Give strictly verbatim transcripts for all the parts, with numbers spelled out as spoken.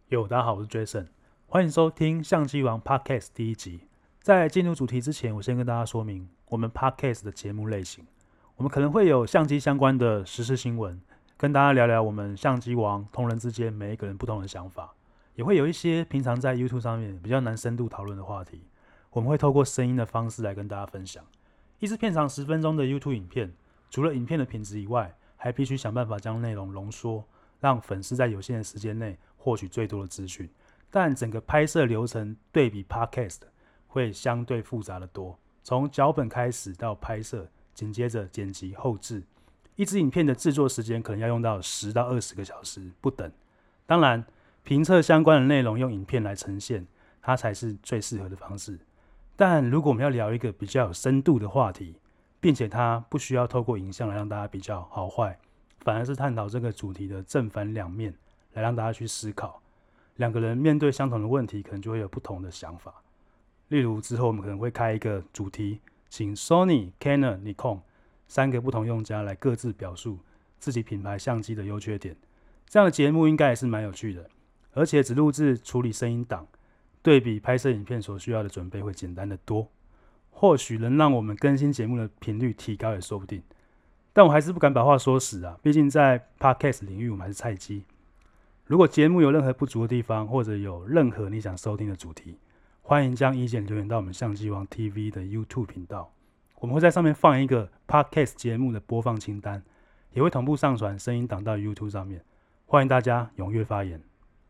有，大家好，我是 Jason， 欢迎收听相机王 Podcast 第一集。在进入主题之前，我先跟大家说明我们 Podcast 的节目类型。我们可能会有相机相关的时事新闻，跟大家聊聊我们相机王同仁之间每一个人不同的想法，也会有一些平常在 YouTube 上面比较难深度讨论的话题，我们会透过声音的方式来跟大家分享。一支片长十分钟的 YouTube 影片，除了影片的品质以外，还必须想办法将内容浓缩，让粉丝在有限的时间内获取最多的资讯。但整个拍摄流程对比 Podcast 会相对复杂的多，从脚本开始到拍摄，紧接着剪辑后制，一支影片的制作时间可能要用到十到二十个小时不等。当然，评测相关的内容用影片来呈现，它才是最适合的方式。但如果我们要聊一个比较有深度的话题，并且它不需要透过影像来让大家比较好坏，反而是探讨这个主题的正反两面，来让大家去思考。两个人面对相同的问题，可能就会有不同的想法。例如之后我们可能会开一个主题，请 Sony、Canon、Nikon 三个不同用家来各自表述自己品牌相机的优缺点。这样的节目应该也是蛮有趣的，而且只录制处理声音档，对比拍摄影片所需要的准备会简单得多。或许能让我们更新节目的频率提高也说不定。但我还是不敢把话说死啊，毕竟在 Podcast 领域我们还是菜鸡。如果节目有任何不足的地方，或者有任何你想收听的主题，欢迎将意见留言到我们相机王 T V 的 YouTube 频道，我们会在上面放一个 Podcast 节目的播放清单，也会同步上传声音档到 YouTube 上面，欢迎大家踊跃发言。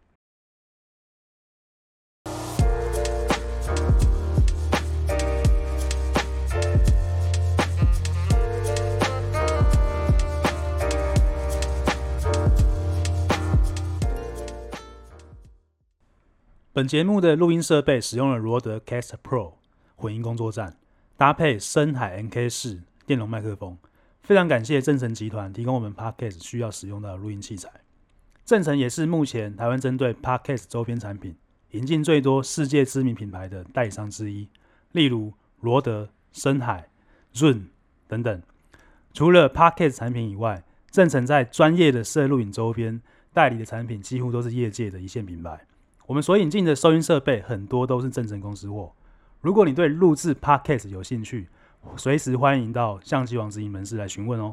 本节目的录音设备使用了罗德 Cast Pro 混音工作站，搭配深海 N K 四电容麦克风。非常感谢正成集团提供我们 Podcast 需要使用到的录音器材。正成也是目前台湾针对 Podcast 周边产品引进最多世界知名品牌的代理商之一，例如罗德、深海、润等等。除了 Podcast 产品以外，正成在专业的摄录影周边代理的产品几乎都是业界的一线品牌。我们所引进的收音设备很多都是正成公司货。如果你对录制 Podcast 有兴趣，随时欢迎到相机王直营门市来询问哦。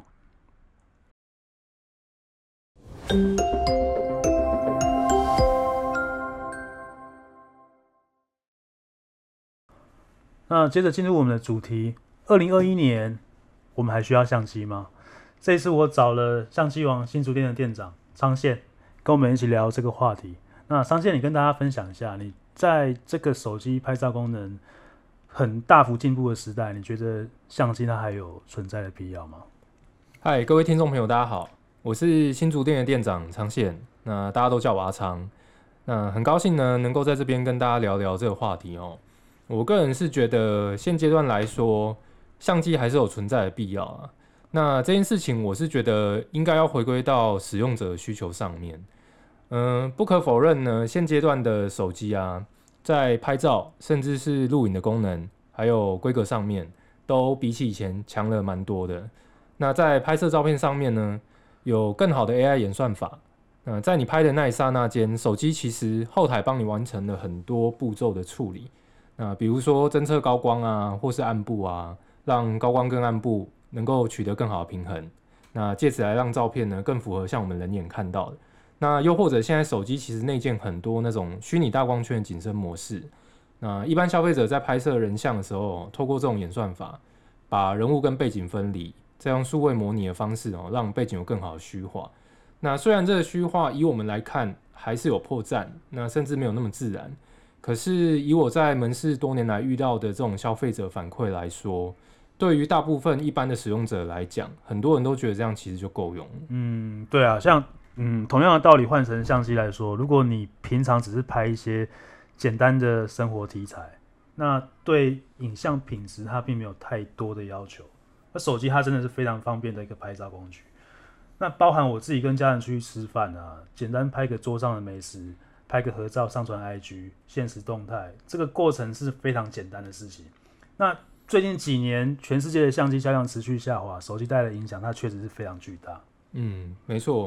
那接着进入我们的主题，二零二一年我们还需要相机吗？这一次我找了相机王新竹店的店长昌宪，跟我们一起聊这个话题。那昌宪，你跟大家分享一下，你在这个手机拍照功能很大幅进步的时代，你觉得相机它还有存在的必要吗？ 嗨，各位听众朋友，大家好，我是新竹店的店长昌宪，那大家都叫我阿昌。那很高兴呢，能够在这边跟大家聊聊这个话题哦。我个人是觉得现阶段来说，相机还是有存在的必要啊。那这件事情，我是觉得应该要回归到使用者的需求上面。嗯、呃，不可否认呢，现阶段的手机啊，在拍照甚至是录影的功能，还有规格上面，都比起以前强了蛮多的。那在拍摄照片上面呢，有更好的 A I 演算法。呃，在你拍的那一刹那间，手机其实后台帮你完成了很多步骤的处理。那比如说侦测高光啊，或是暗部啊，让高光跟暗部能够取得更好的平衡。那借此来让照片呢更符合像我们人眼看到的。那又或者现在手机其实内建很多那种虚拟大光圈的景深模式。那一般消费者在拍摄人像的时候，透过这种演算法，把人物跟背景分离，再用数位模拟的方式哦，让背景有更好的虚化。那虽然这个虚化以我们来看还是有破绽，那甚至没有那么自然，可是以我在门市多年来遇到的这种消费者反馈来说，对于大部分一般的使用者来讲，很多人都觉得这样其实就够用了。 嗯，对啊，像嗯同样的道理换成相机来说，如果你平常只是拍一些简单的生活题材，那对影像品质它并没有太多的要求。那手机它真的是非常方便的一个拍照工具。那包含我自己跟家人出去吃饭啊，简单拍个桌上的美食，拍个合照上传 I G 限时动态，这个过程是非常简单的事情。那最近几年全世界的相机销量持续下滑，手机带来的影响它确实是非常巨大。 嗯，没错。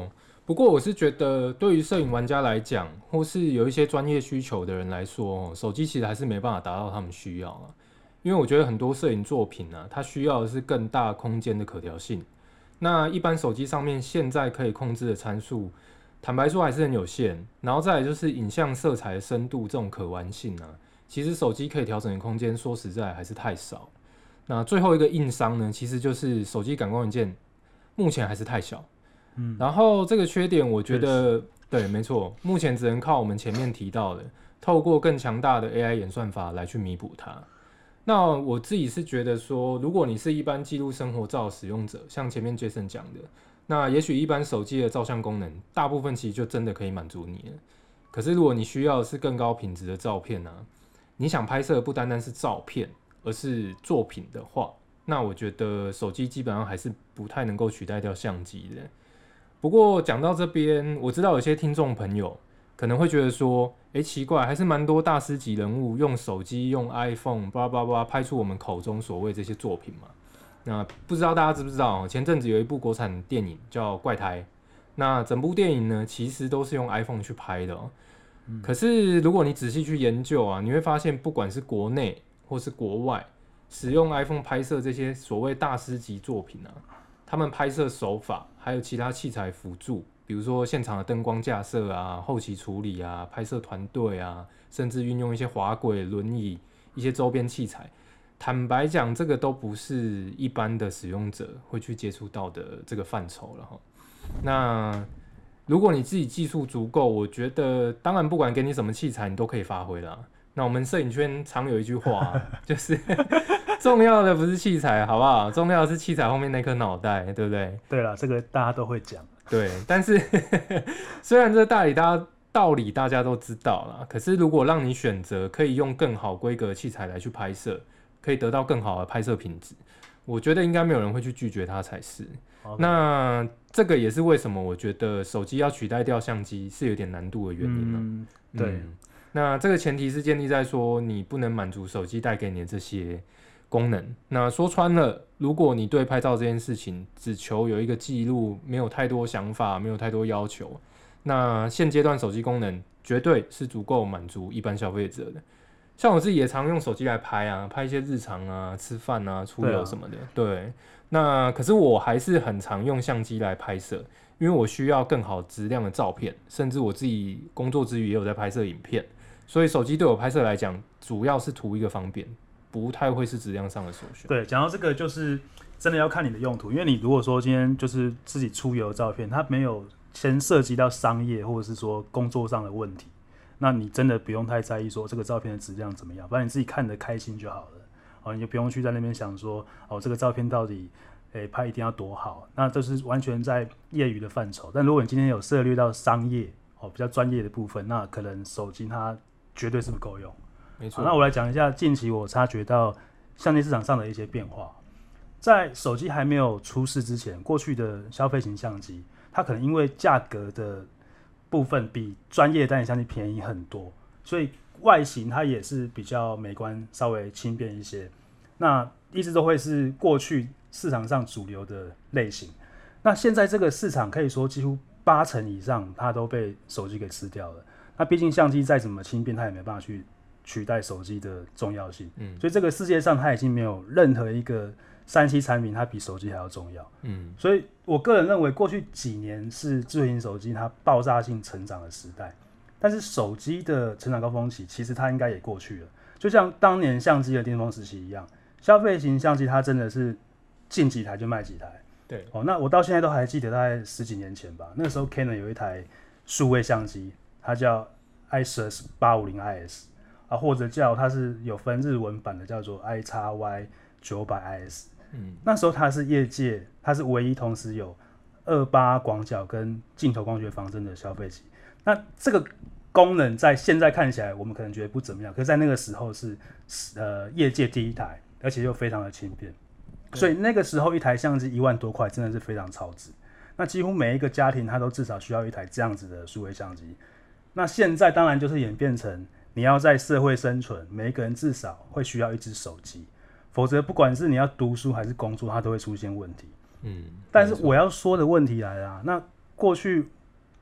不过我是觉得，对于摄影玩家来讲，或是有一些专业需求的人来说，手机其实还是没办法达到他们需要啊。因为我觉得很多摄影作品啊，它需要的是更大空间的可调性。那一般手机上面现在可以控制的参数，坦白说还是很有限。然后再来就是影像色彩的深度这种可玩性啊，其实手机可以调整的空间，说实在还是太少。那最后一个硬伤呢，其实就是手机感光元件目前还是太小。嗯，然后这个缺点，我觉得对，没错，目前只能靠我们前面提到的，透过更强大的 A I 演算法来去弥补它。那我自己是觉得说，如果你是一般记录生活照使用者，像前面 Jason 讲的，那也许一般手机的照相功能，大部分其实就真的可以满足你了。可是如果你需要的是更高品质的照片呢、啊，你想拍摄的不单单是照片，而是作品的话，那我觉得手机基本上还是不太能够取代掉相机的。不过讲到这边，我知道有些听众朋友可能会觉得说，哎，奇怪，还是蛮多大师级人物用手机、用 iPhone， 叭叭叭拍出我们口中所谓这些作品嘛。那不知道大家知不知道，前阵子有一部国产电影叫《怪胎》，那整部电影呢，其实都是用 iPhone 去拍的哦。嗯、可是如果你仔细去研究啊，你会发现，不管是国内或是国外，使用 iPhone 拍摄这些所谓大师级作品啊，他们拍摄手法还有其他器材辅助，比如说现场的灯光架设啊、后期处理啊、拍摄团队啊，甚至运用一些滑轨、轮椅、一些周边器材。坦白讲，这个都不是一般的使用者会去接触到的这个范畴了哈。那如果你自己技术足够，我觉得当然不管给你什么器材，你都可以发挥啦。那我们摄影圈常有一句话、啊，就是重要的不是器材，好不好？重要的是器材后面那颗脑袋，对不对？ 对啦，这个大家都会讲。 对，但是虽然这道理大家道理大家都知道啦，可是如果让你选择可以用更好规格的器材来去拍摄，可以得到更好的拍摄品质，我觉得应该没有人会去拒绝它才是。Okay. 那这个也是为什么我觉得手机要取代掉相机是有点难度的原因呢、啊嗯？对、 嗯，那这个前提是建立在说你不能满足手机带给你的这些功能。那说穿了，如果你对拍照这件事情只求有一个记录，没有太多想法，没有太多要求，那现阶段手机功能绝对是足够满足一般消费者的。像我自己也常用手机来拍啊，拍一些日常啊、吃饭啊、出游什么的。对,、啊、对，那可是我还是很常用相机来拍摄，因为我需要更好质量的照片，甚至我自己工作之余也有在拍摄影片，所以手机对我拍摄来讲，主要是图一个方便，不太会是质量上的首选。 对，讲到这个就是真的要看你的用途，因为你如果说今天就是自己出游的照片，它没有先涉及到商业或者是说工作上的问题。那你真的不用太在意说这个照片的质量怎么样，反正你自己看得开心就好了。哦，你就不用去在那边想说，哦，这个照片到底，诶，拍一定要多好。那这是完全在业余的范畴。但如果你今天有涉猎到商业，哦，比较专业的部分，那可能手机它绝对是不够用。 没错。 那我来讲一下近期我察觉到相机市场上的一些变化。在手机还没有出世之前，过去的消费型相机，它可能因为价格的部分比专业单眼相机便宜很多，所以外形它也是比较美观，稍微轻便一些。那一直都会是过去市场上主流的类型。那现在这个市场可以说几乎八成以上，它都被手机给吃掉了。那毕竟相机再怎么轻便，它也没办法去取代手机的重要性。嗯，所以这个世界上它已经没有任何一个三 C 产品它比手机还要重要。嗯，所以我个人认为，过去几年是智慧型手机它爆炸性成长的时代，但是手机的成长高峰期其实它应该也过去了，就像当年相机的巅峰时期一样，消费型相机它真的是进几台就卖几台。 对， 哦，那我到现在都还记得，大概十几年前吧，那个时候 Canon 有一台数位相机，它叫 I S O S 八五零 I S 啊，或者叫它是有分日文版的，叫做 I X Y 九百 I S。嗯，那时候它是业界，它是唯一同时有二八广角跟镜头光学防震的消费机。那这个功能在现在看起来，我们可能觉得不怎么样，可是在那个时候是呃业界第一台，而且又非常的轻便。所以那个时候一台相机一万多块，真的是非常超值。那几乎每一个家庭它都至少需要一台这样子的数位相机。那现在当然就是演变成你要在社会生存，每一个人至少会需要一只手机。否则，不管是你要读书还是工作，它都会出现问题。嗯，但是我要说的问题来了、啊，那过去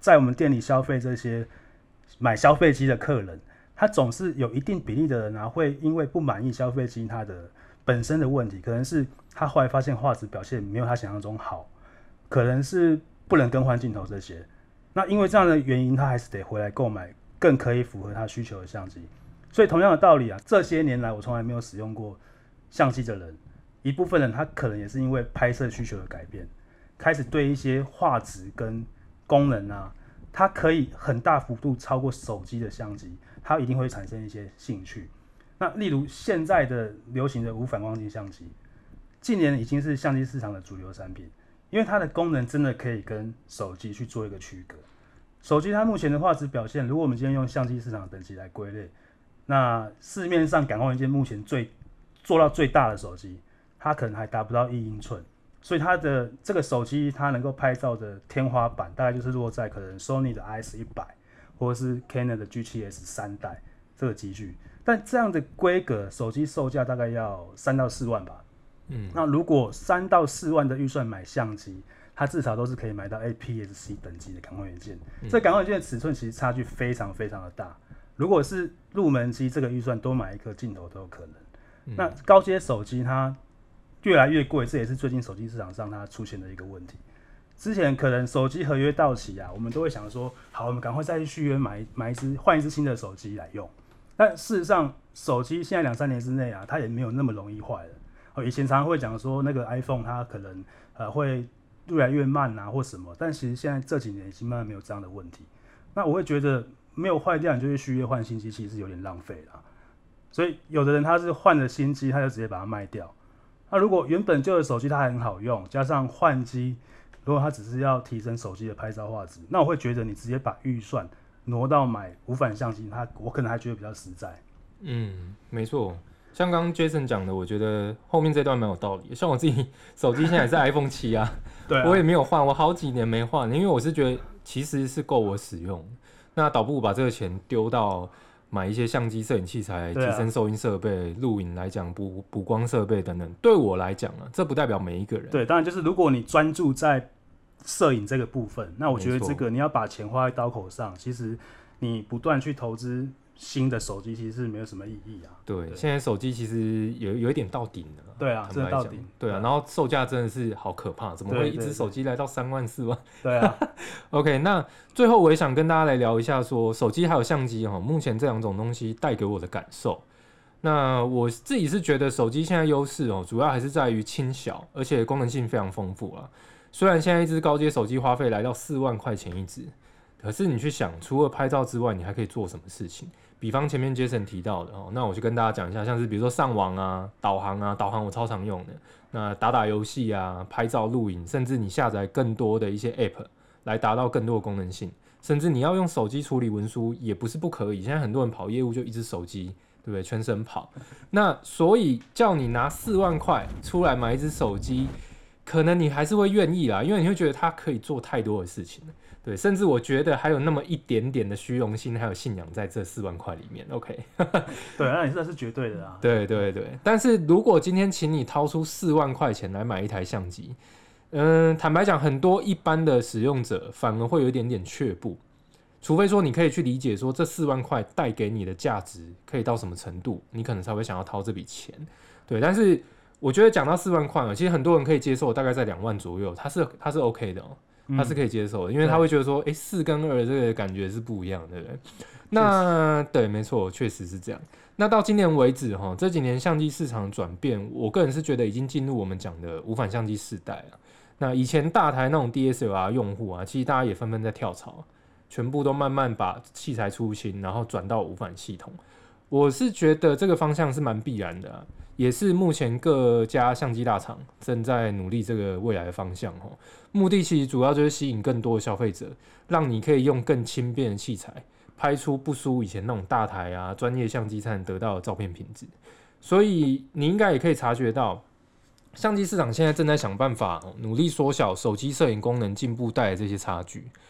在我们店里消费这些买消费机的客人，他总是有一定比例的人啊，会因为不满意消费机它的本身的问题，可能是他后来发现画质表现没有他想象中好，可能是不能更换镜头这些。那因为这样的原因，他还是得回来购买更可以符合他需求的相机。所以同样的道理啊，这些年来我从来没有使用过相机的人，一部分人他可能也是因为拍摄需求的改变，开始对一些画质跟功能啊，它可以很大幅度超过手机的相机，它一定会产生一些兴趣。那例如现在的流行的无反光镜相机，近年已经是相机市场的主流产品，因为它的功能真的可以跟手机去做一个区隔。手机它目前的画质表现，如果我们今天用相机市场等级来归类，那市面上感光元件目前最做到最大的手机，它可能还达不到一英寸，所以它的这个手机它能够拍照的天花板，大概就是落在可能 Sony 的 I S 一百 或者是 Canon 的 G 七 S 三代这个机具。但这样的规格，手机售价大概要三到四万吧。嗯，那如果三到四万的预算买相机，它至少都是可以买到 A P S C 等级的感光元件。嗯、这感光元件的尺寸其实差距非常非常的大。如果是入门机，这个预算多买一颗镜头都有可能。嗯、那高阶手机它越来越贵，这也是最近手机市场上它出现的一个问题。之前可能手机合约到期啊，我们都会想说，好，我们赶快再去续约买买一支换一支新的手机来用。但事实上，手机现在两三年之内啊，它也没有那么容易坏了。哦，以前常常会讲说那个 iPhone 它可能呃会越来越慢啊或什么，但其实现在这几年已经慢慢没有这样的问题。那我会觉得没有坏掉你就去续约换新机，其实是有点浪费啦。所以有的人他是换了新机，他就直接把它卖掉。那如果原本旧的手机它还很好用，加上换机，如果它只是要提升手机的拍照画质，那我会觉得你直接把预算挪到买无反相机，它我可能还觉得比较实在。 嗯，没错。像刚刚 Jason 讲的，我觉得后面这段蛮有道理。像我自己手机现在也是 iPhone 七啊，对啊，我也没有换，我好几年没换，因为我是觉得其实是够我使用。那倒不如把这个钱丢到买一些相机、摄影器材，提升收音设备、录影来讲，补补光设备等等。对我来讲啊，这不代表每一个人。 对，当然就是如果你专注在摄影这个部分，那我觉得这个你要把钱花在刀口上，其实你不断去投资新的手机，其实是没有什么意义啊。 对，对现在手机其实有有一点到顶了。 对啊，真的到顶。 对啊，然后售价真的是好可怕，怎么会一只手机来到三万四万？ 对啊。 OK， 那最后我也想跟大家来聊一下说，手机还有相机哈，目前这两种东西带给我的感受。那我自己是觉得手机现在优势哦，主要还是在于轻小，而且功能性非常丰富啊。虽然现在一只高阶手机花费来到四万块钱一只，可是你去想，除了拍照之外，你还可以做什么事情？比方前面 Jason 提到的哦，那我就跟大家讲一下，像是比如说上网啊、导航啊，导航我超常用的。那打打游戏啊、拍照、录影，甚至你下载更多的一些 App 来达到更多的功能性，甚至你要用手机处理文书也不是不可以。现在很多人跑业务就一只手机，对不对？全身跑。那所以叫你拿四万块出来买一只手机，可能你还是会愿意啦，因为你会觉得它可以做太多的事情了。对，甚至我觉得还有那么一点点的虚荣心，还有信仰在这四万块里面。OK， 对，那你这是绝对的啊。 对对对，但是如果今天请你掏出四万块钱来买一台相机，嗯，坦白讲，很多一般的使用者反而会有一点点却步，除非说你可以去理解说这四万块带给你的价值可以到什么程度，你可能才会想要掏这笔钱。对，但是我觉得讲到四万块啊，其实很多人可以接受，大概在两万左右，它是它是 OK 的哦。他是可以接受的，因为他会觉得说，哎、欸，四跟二这个感觉是不一样的，对不对？那对，没错，确实是这样。那到今年为止，哈，这几年相机市场的转变，我个人是觉得已经进入我们讲的无反相机世代了。那以前大台那种 D S L R 用户啊，其实大家也纷纷在跳槽，全部都慢慢把器材出新，然后转到无反系统。我是觉得这个方向是蛮必然的、啊。也是目前各家相机大厂正在努力这个未来的方向，目的其实主要就是吸引更多的消费者，让你可以用更轻便的器材拍出不输以前那种大台啊专业相机才能得到的照片品质。所以你应该也可以察觉到，相机市场现在正在想办法努力缩小手机摄影功能进步带来这些差距。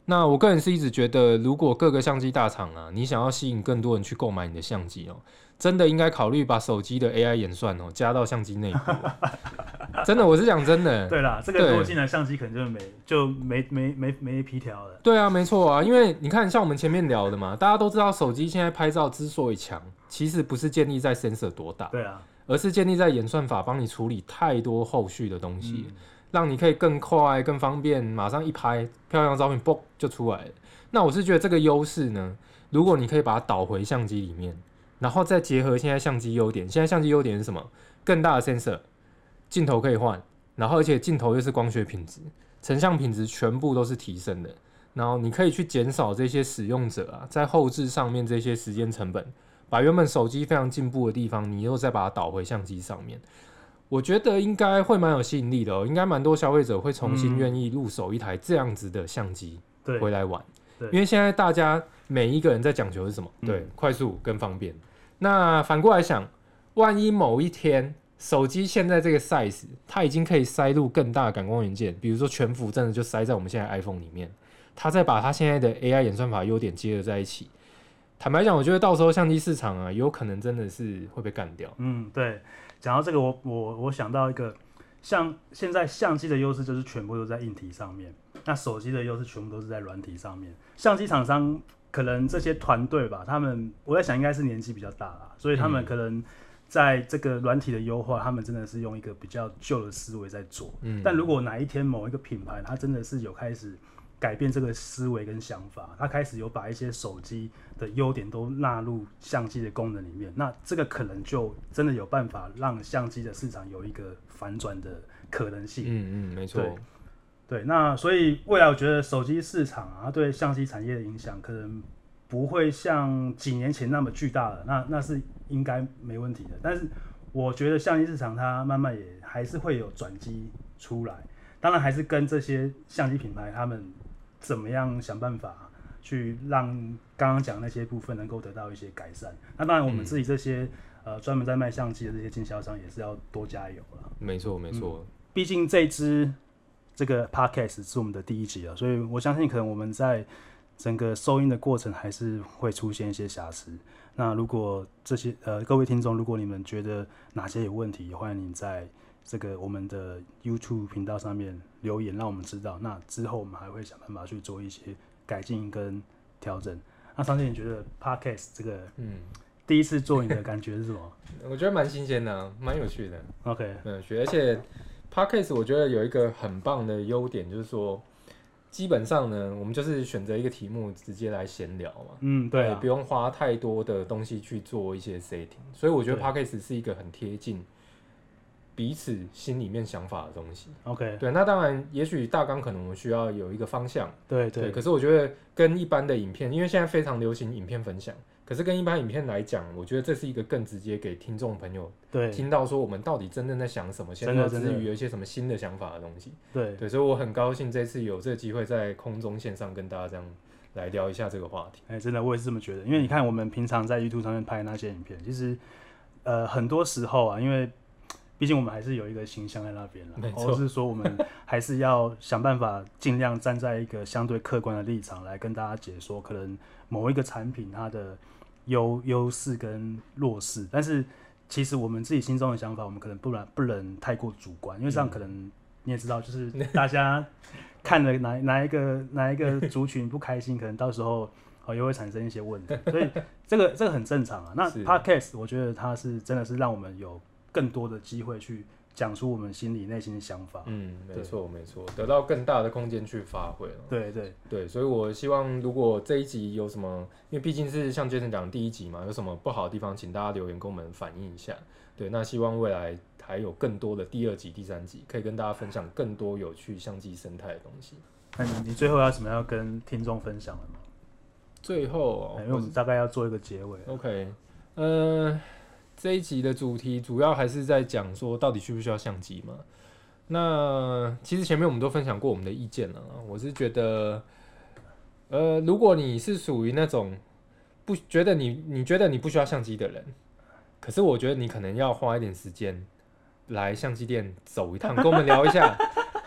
那我个人是一直觉得，如果各个相机大厂啊，你想要吸引更多人去购买你的相机哦，真的应该考虑把手机的 A I 演算哦加到相机内部。真的，我是讲真的。 对啦，这个如果进来相机可能就没就没没没没皮条了。 对啊，没错啊，因为你看，像我们前面聊的嘛，大家都知道手机现在拍照之所以强，其实不是建立在 sensor 多大， 对啊， 而是建立在演算法帮你处理太多后续的东西。 嗯， 让你可以更快、更方便，马上一拍漂亮的照片，嘣就出来了。那我是觉得这个优势呢，如果你可以把它导回相机里面，然后再结合现在相机优点，现在相机优点是什么？更大的 sensor， 镜头可以换，然后而且镜头又是光学品质、成像品质全部都是提升的。然后你可以去减少这些使用者啊在后置上面这些时间成本，把原本手机非常进步的地方，你又再把它导回相机上面。我觉得应该会蛮有吸引力的哦，应该蛮多消费者会重新愿意入手一台这样子的相机回来玩，因为现在大家每一个人在讲求是什么？嗯、对，快速跟方便。那反过来想，万一某一天手机现在这个 size， 它已经可以塞入更大的感光元件，比如说全幅真的就塞在我们现在 iPhone 里面，它再把它现在的 A I 演算法优点结合在一起，坦白讲，我觉得到时候相机市场啊，有可能真的是会被干掉。 嗯，对。讲到这个，我我我想到一个，像现在相机的优势就是全部都在硬体上面，那手机的优势全部都是在软体上面。相机厂商可能这些团队吧，他们我在想应该是年纪比较大啦，所以他们可能在这个软体的优化，他们真的是用一个比较旧的思维在做。嗯，但如果哪一天某一个品牌，它真的是有开始改变这个思维跟想法，他开始有把一些手机的优点都纳入相机的功能里面，那这个可能就真的有办法让相机的市场有一个反转的可能性。 嗯嗯，没错。 对，那所以未来我觉得手机市场啊，它对相机产业的影响可能不会像几年前那么巨大了，那那是应该没问题的。但是我觉得相机市场它慢慢也还是会有转机出来，当然还是跟这些相机品牌他们怎么样想办法去让刚刚讲那些部分能够得到一些改善。那当然我们自己这些、嗯、呃专门在卖相机的这些经销商也是要多加油了。 没错没错， 毕、嗯、竟这支这个 podcast 是我们的第一集了，所以我相信可能我们在整个收音的过程还是会出现一些瑕疵。那如果这些呃各位听众，如果你们觉得哪些有问题，也欢迎你在这个我们的 YouTube 频道上面留言，让我们知道。那之后我们还会想办法去做一些改进跟调整。那常姐，你觉得 Podcast 这个嗯第一次做你的感觉是什么？ 我觉得蛮新鲜的，蛮有趣的。 OK， 蛮有趣的，而且 Podcast 我觉得有一个很棒的优点，就是说基本上呢，我们就是选择一个题目直接来闲聊嘛。 嗯，对、啊， 不用花太多的东西去做一些 setting， 所以我觉得 Podcast 是一个很贴近彼此心里面想法的东西。 OK， 对，那当然也许大纲可能我们需要有一个方向， 对 对, 对，可是我觉得跟一般的影片，因为现在非常流行影片分享，可是跟一般影片来讲，我觉得这是一个更直接给听众朋友听到说我们到底真正在想什么，现在之余有一些什么新的想法的东西。对对，所以我很高兴这次有这个机会在空中线上跟大家这样来聊一下这个话题。 哎、欸，真的我也是这么觉得，因为你看我们平常在 YouTube 上面拍那些影片，其实呃很多时候啊，因为毕竟我们还是有一个形象在那边啦，或者是说我们还是要想办法尽量站在一个相对客观的立场来跟大家解说可能某一个产品它的优优势跟弱势，但是其实我们自己心中的想法，我们可能不能不能太过主观，因为这样可能你也知道，就是大家看了哪哪一个哪一个族群不开心，可能到时候哦又会产生一些问题，所以这个这个很正常啊。那 Podcast 我觉得它是真的是让我们有更多的机会去讲出我们心里内心的想法。 嗯，没错没错，得到更大的空间去发挥了。 对对对，所以我希望如果这一集有什么，因为毕竟是像 Jason 讲的第一集嘛，有什么不好的地方，请大家留言跟我们反映一下。对，那希望未来还有更多的第二集、第三集，可以跟大家分享更多有趣相机生态的东西。 那你你最后要什么要跟听众分享的吗？ 最后、哦， 因为我们大概要做一个结尾。 OK， 呃。这一集的主题主要还是在讲说到底需不需要相机嘛。那其实前面我们都分享过我们的意见了，我是觉得呃如果你是属于那种不觉得你你觉得你不需要相机的人，可是我觉得你可能要花一点时间来相机店走一趟，跟我们聊一下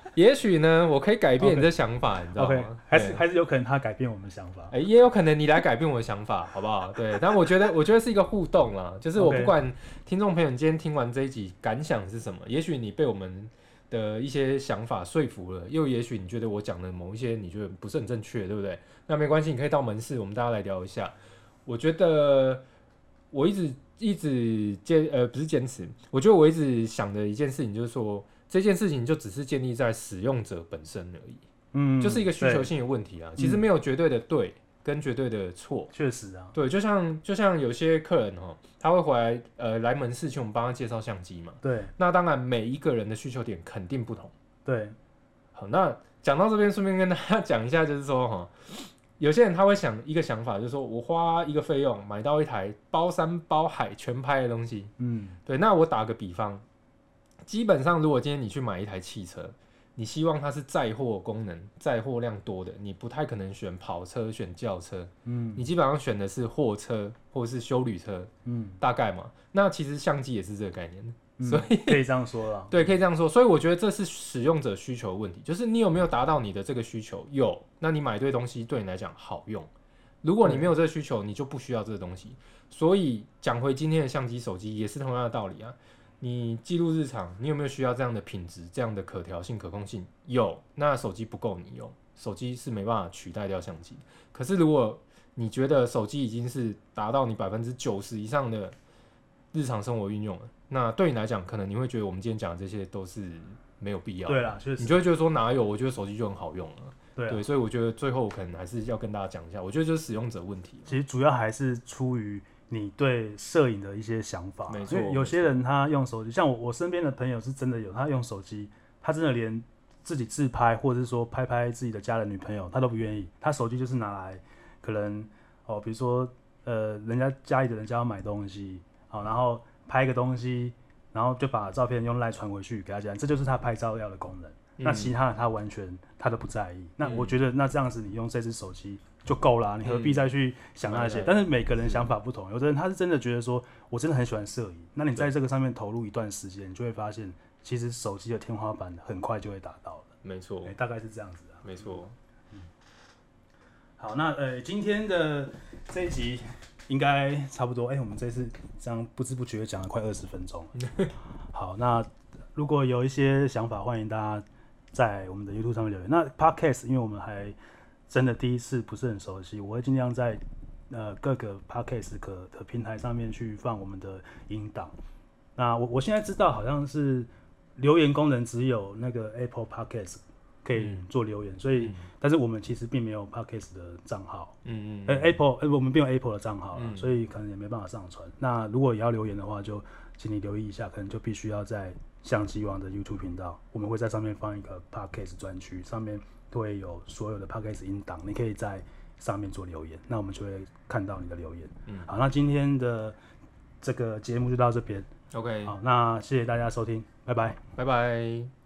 也许呢，我可以改变你的想法， okay. 你知道吗？ Okay. 还是还是有可能他改变我们的想法， 哎、欸，也有可能你来改变我的想法，好不好？对，但我觉得我觉得是一个互动啦，就是我不管听众朋友你今天听完这一集感想是什么，也许你被我们的一些想法说服了，又也许你觉得我讲的某一些你觉得不是很正确，对不对？那没关系，你可以到门市，我们大家来聊一下。我觉得我一直一直坚呃不是坚持，我觉得我一直想的一件事情就是说，这件事情就只是建立在使用者本身而已，嗯，就是一个需求性的问题啊。其实没有绝对的对跟绝对的错， 确实啊， 对，就像就像有些客人哦，他会回来呃来门市请我们帮他介绍相机嘛， 对， 那当然每一个人的需求点肯定不同， 对， 好，那讲到这边，顺便跟大家讲一下，就是说哈。有些人他会想一个想法，就是说我花一个费用买到一台包山包海全拍的东西，嗯，对。那我打个比方，基本上如果今天你去买一台汽车，你希望它是载货功能、载货量多的，你不太可能选跑车、选轿车，嗯，你基本上选的是货车或者是休旅车，嗯，大概嘛。那其实相机也是这个概念。所以、嗯、 可以这样说了， 对，可以这样说。所以我觉得这是使用者需求的问题，就是你有没有达到你的这个需求？有，那你买对东西对你来讲好用。如果你没有这个需求，你就不需要这个东西。所以讲回今天的相机、手机也是同样的道理啊。你记录日常，你有没有需要这样的品质、这样的可调性、可控性？有，那手机不够你用，手机是没办法取代掉相机。可是如果你觉得手机已经是达到你百分之九十以上的日常生活运用了，那对你来讲，可能你会觉得我们今天讲的这些都是没有必要的。 对啦，确实， 你就会觉得说哪有？我觉得手机就很好用了。 对, 对，所以我觉得最后我可能还是要跟大家讲一下，我觉得就是使用者问题。 其实主要还是出于你对摄影的一些想法。 没错， 有些人他用手机，像我我身边的朋友是真的有，他用手机，他真的连自己自拍，或者是说拍拍自己的家人、女朋友，他都不愿意。他手机就是拿来可能哦，比如说呃，人家家里的人家要买东西，好，然后拍一个东西，然后就把照片用赖传回去给他讲，这就是他拍照要的功能。嗯、那其他的他完全他都不在意。那我觉得那这样子你用这只手机就够了，你何必再去想那些？嗯、但是每个人想法不同，有的人他是真的觉得说我真的很喜欢摄影，那你在这个上面投入一段时间，你就会发现其实手机的天花板很快就会达到了。 没错、 欸，大概是这样子啊。 没错。 嗯，好，那呃今天的这一集。应该差不多，哎、欸，我们这次这样不知不觉讲了快二十分钟。好，那如果有一些想法，欢迎大家在我们的 YouTube 上面留言。那 Podcast， 因为我们还真的第一次不是很熟悉，我会尽量在呃各个 Podcast 可的平台上面去放我们的音档。那我我现在知道好像是留言功能只有那个 Apple Podcast。可以做留言，所以、嗯，但是我们其实并没有 Podcast 的账号，嗯嗯，呃 ，Apple， 呃，我们并没有 Apple 的账号了、嗯，所以可能也没办法上传。那如果也要留言的话，就请你留意一下，可能就必须要在相机网的 YouTube 频道，我们会在上面放一个 Podcast 专区，上面会有所有的 Podcast 音档，你可以在上面做留言，那我们就会看到你的留言。嗯，好，那今天的这个节目就到这边 ，OK， 好，那谢谢大家收听，拜拜， 拜拜。